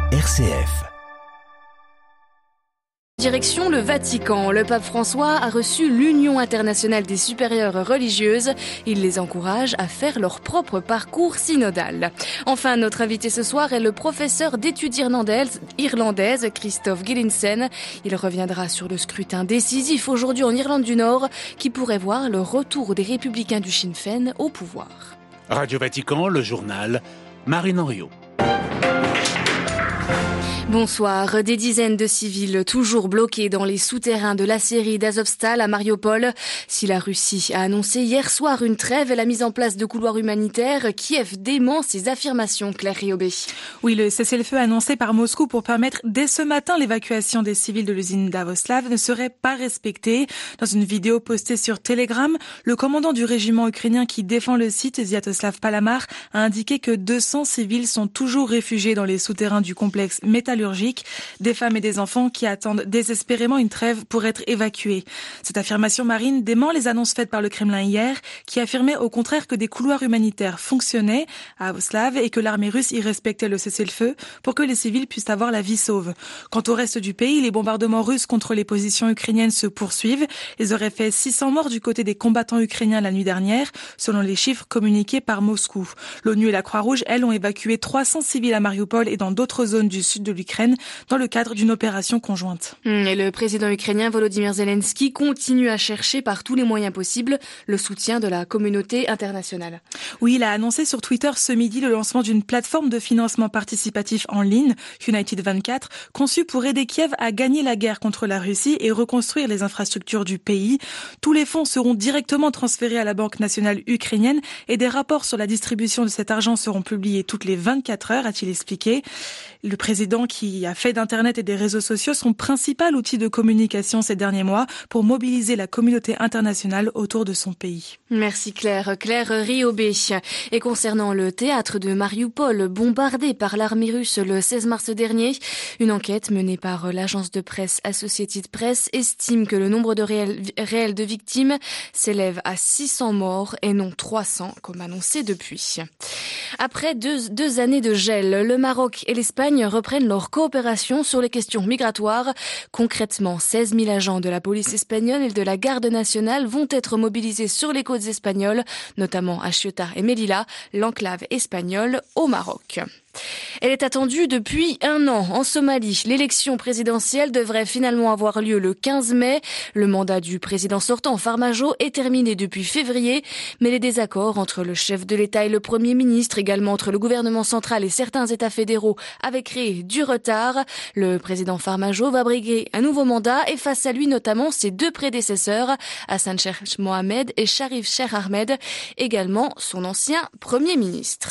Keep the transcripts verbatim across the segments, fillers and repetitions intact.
R C F. Direction le Vatican. Le pape François a reçu l'Union internationale des supérieures religieuses. Il les encourage à faire leur propre parcours synodal. Enfin, notre invité ce soir est le professeur d'études irlandaises, irlandaises Christophe Gillinson. Il reviendra sur le scrutin décisif aujourd'hui en Irlande du Nord qui pourrait voir le retour des républicains du Sinn Féin au pouvoir. Radio Vatican, le journal, Marine Henriot. Bonsoir. Des dizaines de civils toujours bloqués dans les souterrains de l'acérie d'Azovstal à Mariupol. Si la Russie a annoncé hier soir une trêve et la mise en place de couloirs humanitaires, Kiev dément ces affirmations, Claire Riobé. Oui, le cessez-le-feu annoncé par Moscou pour permettre dès ce matin l'évacuation des civils de l'usine d'Azovstal ne serait pas respecté. Dans une vidéo postée sur Telegram, le commandant du régiment ukrainien qui défend le site, Sviatoslav Palamar, a indiqué que deux cents civils sont toujours réfugiés dans les souterrains du complexe métallurgique. Des femmes et des enfants qui attendent désespérément une trêve pour être évacués. Cette affirmation marine dément les annonces faites par le Kremlin hier, qui affirmait au contraire que des couloirs humanitaires fonctionnaient à Azovstal et que l'armée russe y respectait le cessez-le-feu pour que les civils puissent avoir la vie sauve. Quant au reste du pays, les bombardements russes contre les positions ukrainiennes se poursuivent. Ils auraient fait six cents morts du côté des combattants ukrainiens la nuit dernière, selon les chiffres communiqués par Moscou. L'ONU et la Croix-Rouge, elles, ont évacué trois cents civils à Mariupol et dans d'autres zones du sud de l'Ukraine dans le cadre d'une opération conjointe. Et le président ukrainien Volodymyr Zelensky continue à chercher par tous les moyens possibles le soutien de la communauté internationale. Oui, il a annoncé sur Twitter ce midi le lancement d'une plateforme de financement participatif en ligne, United vingt-quatre, conçue pour aider Kiev à gagner la guerre contre la Russie et reconstruire les infrastructures du pays. Tous les fonds seront directement transférés à la Banque nationale ukrainienne et des rapports sur la distribution de cet argent seront publiés toutes les vingt-quatre heures, a-t-il expliqué. Le président qui a fait d'Internet et des réseaux sociaux son principal outil de communication ces derniers mois pour mobiliser la communauté internationale autour de son pays. Merci Claire. Claire Riobé. Et concernant le théâtre de Mariupol, bombardé par l'armée russe le seize mars dernier, une enquête menée par l'agence de presse Associated Press estime que le nombre de réels, réels de victimes s'élève à six cents morts et non trois cents comme annoncé depuis. Après deux, deux années de gel, le Maroc et l'Espagne reprennent leur coopération sur les questions migratoires. Concrètement, seize mille agents de la police espagnole et de la garde nationale vont être mobilisés sur les côtes espagnoles, notamment à Ceuta et Melilla, l'enclave espagnole au Maroc. Elle est attendue depuis un an en Somalie. L'élection présidentielle devrait finalement avoir lieu le quinze mai. Le mandat du président sortant, Farmajo, est terminé depuis février, mais les désaccords entre le chef de l'État et le Premier ministre, également entre le gouvernement central et certains États fédéraux, avaient créé du retard. Le président Farmajo va briguer un nouveau mandat et face à lui notamment ses deux prédécesseurs, Hassan Sheikh Mohamed et Sharif Sheikh Ahmed, également son ancien Premier ministre.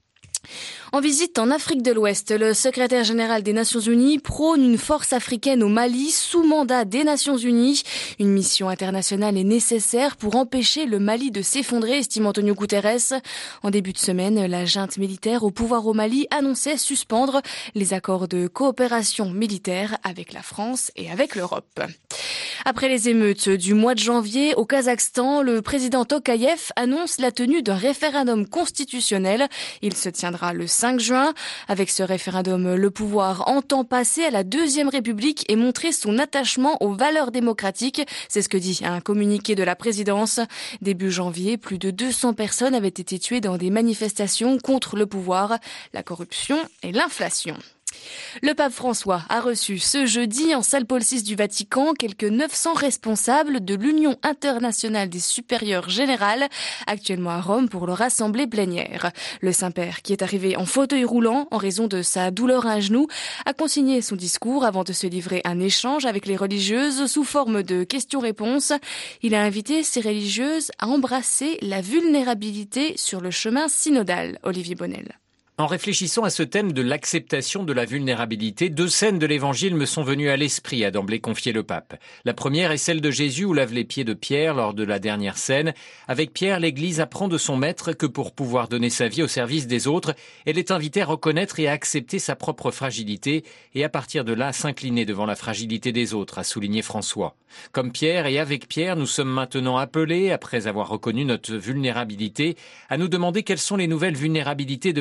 En visite en Afrique de l'Ouest, le secrétaire général des Nations Unies prône une force africaine au Mali sous mandat des Nations Unies. Une mission internationale est nécessaire pour empêcher le Mali de s'effondrer, estime Antonio Guterres. En début de semaine, la junte militaire au pouvoir au Mali annonçait suspendre les accords de coopération militaire avec la France et avec l'Europe. Après les émeutes du mois de janvier au Kazakhstan, le président Tokayev annonce la tenue d'un référendum constitutionnel. Il se tiendra le cinq juin. Avec ce référendum, le pouvoir entend passer à la Deuxième République et montrer son attachement aux valeurs démocratiques. C'est ce que dit un communiqué de la présidence. Début janvier, plus de deux cents personnes avaient été tuées dans des manifestations contre le pouvoir, la corruption et l'inflation. Le pape François a reçu ce jeudi en salle Paul six du Vatican quelques neuf cents responsables de l'Union internationale des supérieures générales, actuellement à Rome pour leur assemblée plénière. Le Saint-Père, qui est arrivé en fauteuil roulant en raison de sa douleur à un genou, a consigné son discours avant de se livrer un échange avec les religieuses sous forme de questions-réponses. Il a invité ces religieuses à embrasser la vulnérabilité sur le chemin synodal. Olivier Bonnel. En réfléchissant à ce thème de l'acceptation de la vulnérabilité, deux scènes de l'Évangile me sont venues à l'esprit, a d'emblée confié le pape. La première est celle de Jésus où lave les pieds de Pierre lors de la dernière scène. Avec Pierre, l'Église apprend de son maître que pour pouvoir donner sa vie au service des autres, elle est invitée à reconnaître et à accepter sa propre fragilité et à partir de là s'incliner devant la fragilité des autres, a souligné François. Comme Pierre et avec Pierre, nous sommes maintenant appelés, après avoir reconnu notre vulnérabilité, à nous demander quelles sont les nouvelles vulnérabilités devant lesquelles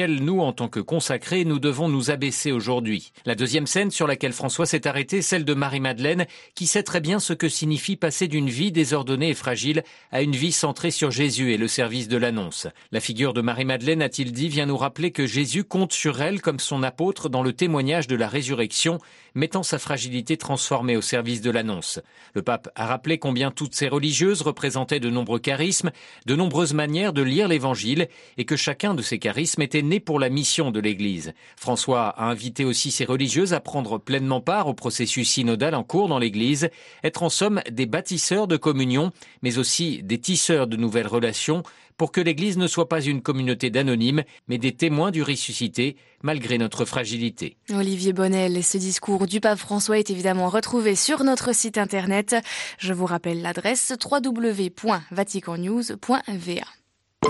laquelle nous, en tant que consacrés, nous devons nous abaisser aujourd'hui. La deuxième scène sur laquelle François s'est arrêté, celle de Marie-Madeleine, qui sait très bien ce que signifie passer d'une vie désordonnée et fragile à une vie centrée sur Jésus et le service de l'annonce. La figure de Marie-Madeleine, a-t-il dit, vient nous rappeler que Jésus compte sur elle comme son apôtre dans le témoignage de la résurrection, mettant sa fragilité transformée au service de l'annonce. Le pape a rappelé combien toutes ces religieuses représentaient de nombreux charismes, de nombreuses manières de lire l'Évangile et que chacun de ces charismes était né pour la mission de l'Église. François a invité aussi ces religieuses à prendre pleinement part au processus synodal en cours dans l'Église, être en somme des bâtisseurs de communion, mais aussi des tisseurs de nouvelles relations, pour que l'Église ne soit pas une communauté d'anonymes, mais des témoins du ressuscité, malgré notre fragilité. Olivier Bonnel, et ce discours du pape François est évidemment retrouvé sur notre site internet. Je vous rappelle l'adresse w w w point vatican news point v a.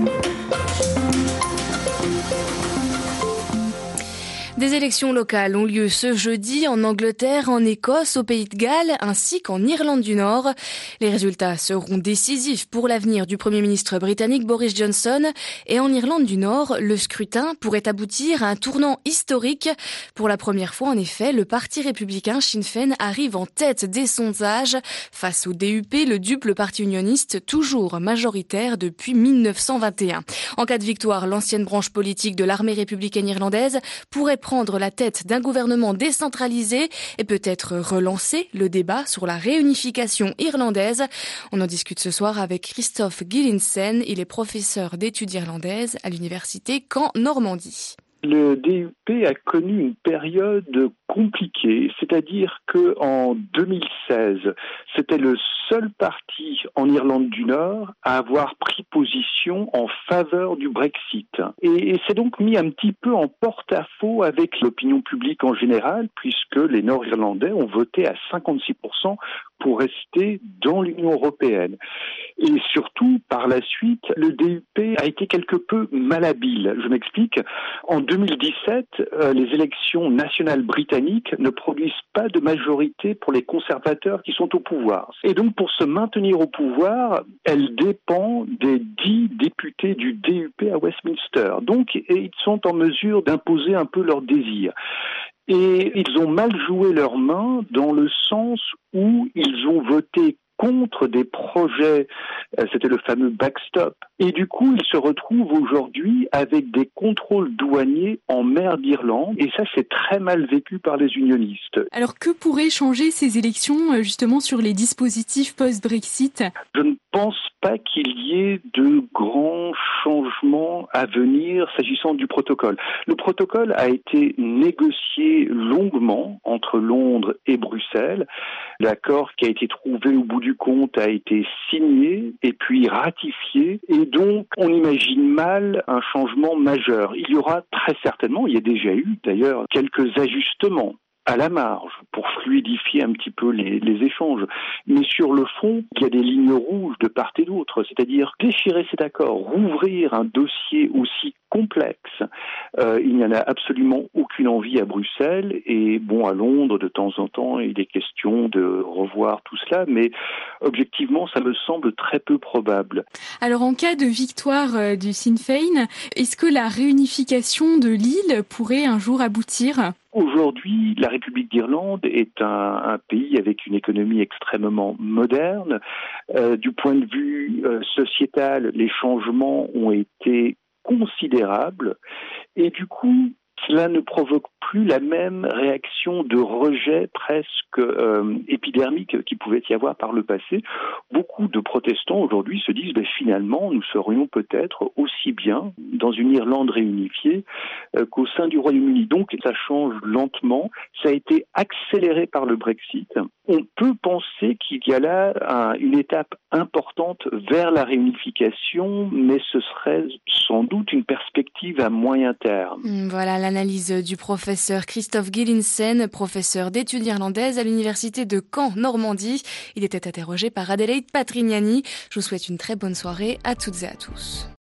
Des élections locales ont lieu ce jeudi en Angleterre, en Écosse, au Pays de Galles ainsi qu'en Irlande du Nord. Les résultats seront décisifs pour l'avenir du Premier ministre britannique Boris Johnson. Et en Irlande du Nord, le scrutin pourrait aboutir à un tournant historique. Pour la première fois, en effet, le parti républicain Sinn Féin arrive en tête des sondages face au D U P, le dupe, le parti unioniste, toujours majoritaire depuis mille neuf cent vingt et un. En cas de victoire, l'ancienne branche politique de l'armée républicaine irlandaise pourrait prendre la tête d'un gouvernement décentralisé et peut-être relancer le débat sur la réunification irlandaise. On en discute ce soir avec Christophe Gillinsen. Il est professeur d'études irlandaises à l'université Caen Normandie. Le D U P a connu une période compliquée, c'est-à-dire que en deux mille seize, c'était le seul parti en Irlande du Nord à avoir pris position en faveur du Brexit. Et, et c'est donc mis un petit peu en porte-à-faux avec l'opinion publique en général, puisque les Nord-Irlandais ont voté à cinquante-six pour cent pour rester dans l'Union européenne. Et surtout, par la suite, le D U P a été quelque peu malhabile. Je m'explique. En deux mille dix-sept, euh, les élections nationales britanniques ne produisent pas de majorité pour les conservateurs qui sont au pouvoir. Et donc, pour se maintenir au pouvoir, elle dépend des dix députés du D U P à Westminster. Donc, et ils sont en mesure d'imposer un peu leurs désirs. Et ils ont mal joué leurs mains dans le sens où ils ont voté contre des projets, c'était le fameux backstop. Et du coup, ils se retrouvent aujourd'hui avec des contrôles douaniers en mer d'Irlande. Et ça, c'est très mal vécu par les unionistes. Alors, que pourraient changer ces élections, justement, sur les dispositifs post-Brexit ? Je ne pense pas qu'il y ait de grands changements à venir s'agissant du protocole. Le protocole a été négocié longuement entre Londres et Bruxelles. L'accord qui a été trouvé au bout du compte a été signé et puis ratifié. Et donc, on imagine mal un changement majeur. Il y aura très certainement, il y a déjà eu d'ailleurs, quelques ajustements à la marge pour fluidifier un petit peu les, les échanges. Mais sur le fond, il y a des lignes rouges de part et d'autre. C'est-à-dire déchirer cet accord, rouvrir un dossier aussi complexe. Euh, il n'y en a absolument aucune envie à Bruxelles. Et bon, à Londres, de temps en temps, il est question de revoir tout cela. Mais objectivement, ça me semble très peu probable. Alors, en cas de victoire euh, du Sinn Féin, est-ce que la réunification de l'île pourrait un jour aboutir ? Aujourd'hui, la République d'Irlande est un, un pays avec une économie extrêmement moderne. Euh, du point de vue euh, sociétal, les changements ont été considérables et du coup, cela ne provoque plus la même réaction de rejet presque euh, épidermique qu'il pouvait y avoir par le passé. Beaucoup de protestants aujourd'hui se disent ben, finalement nous serions peut-être aussi bien dans une Irlande réunifiée euh, qu'au sein du Royaume-Uni. Donc ça change lentement, ça a été accéléré par le Brexit. On peut penser qu'il y a là un, une étape importante vers la réunification, mais ce serait sans doute une perspective à moyen terme. Voilà l'analyse du professeur Christophe Gillinsen, professeur d'études irlandaises à l'université de Caen Normandie. Il était interrogé par Adélaïde Patrignani. Je vous souhaite une très bonne soirée à toutes et à tous.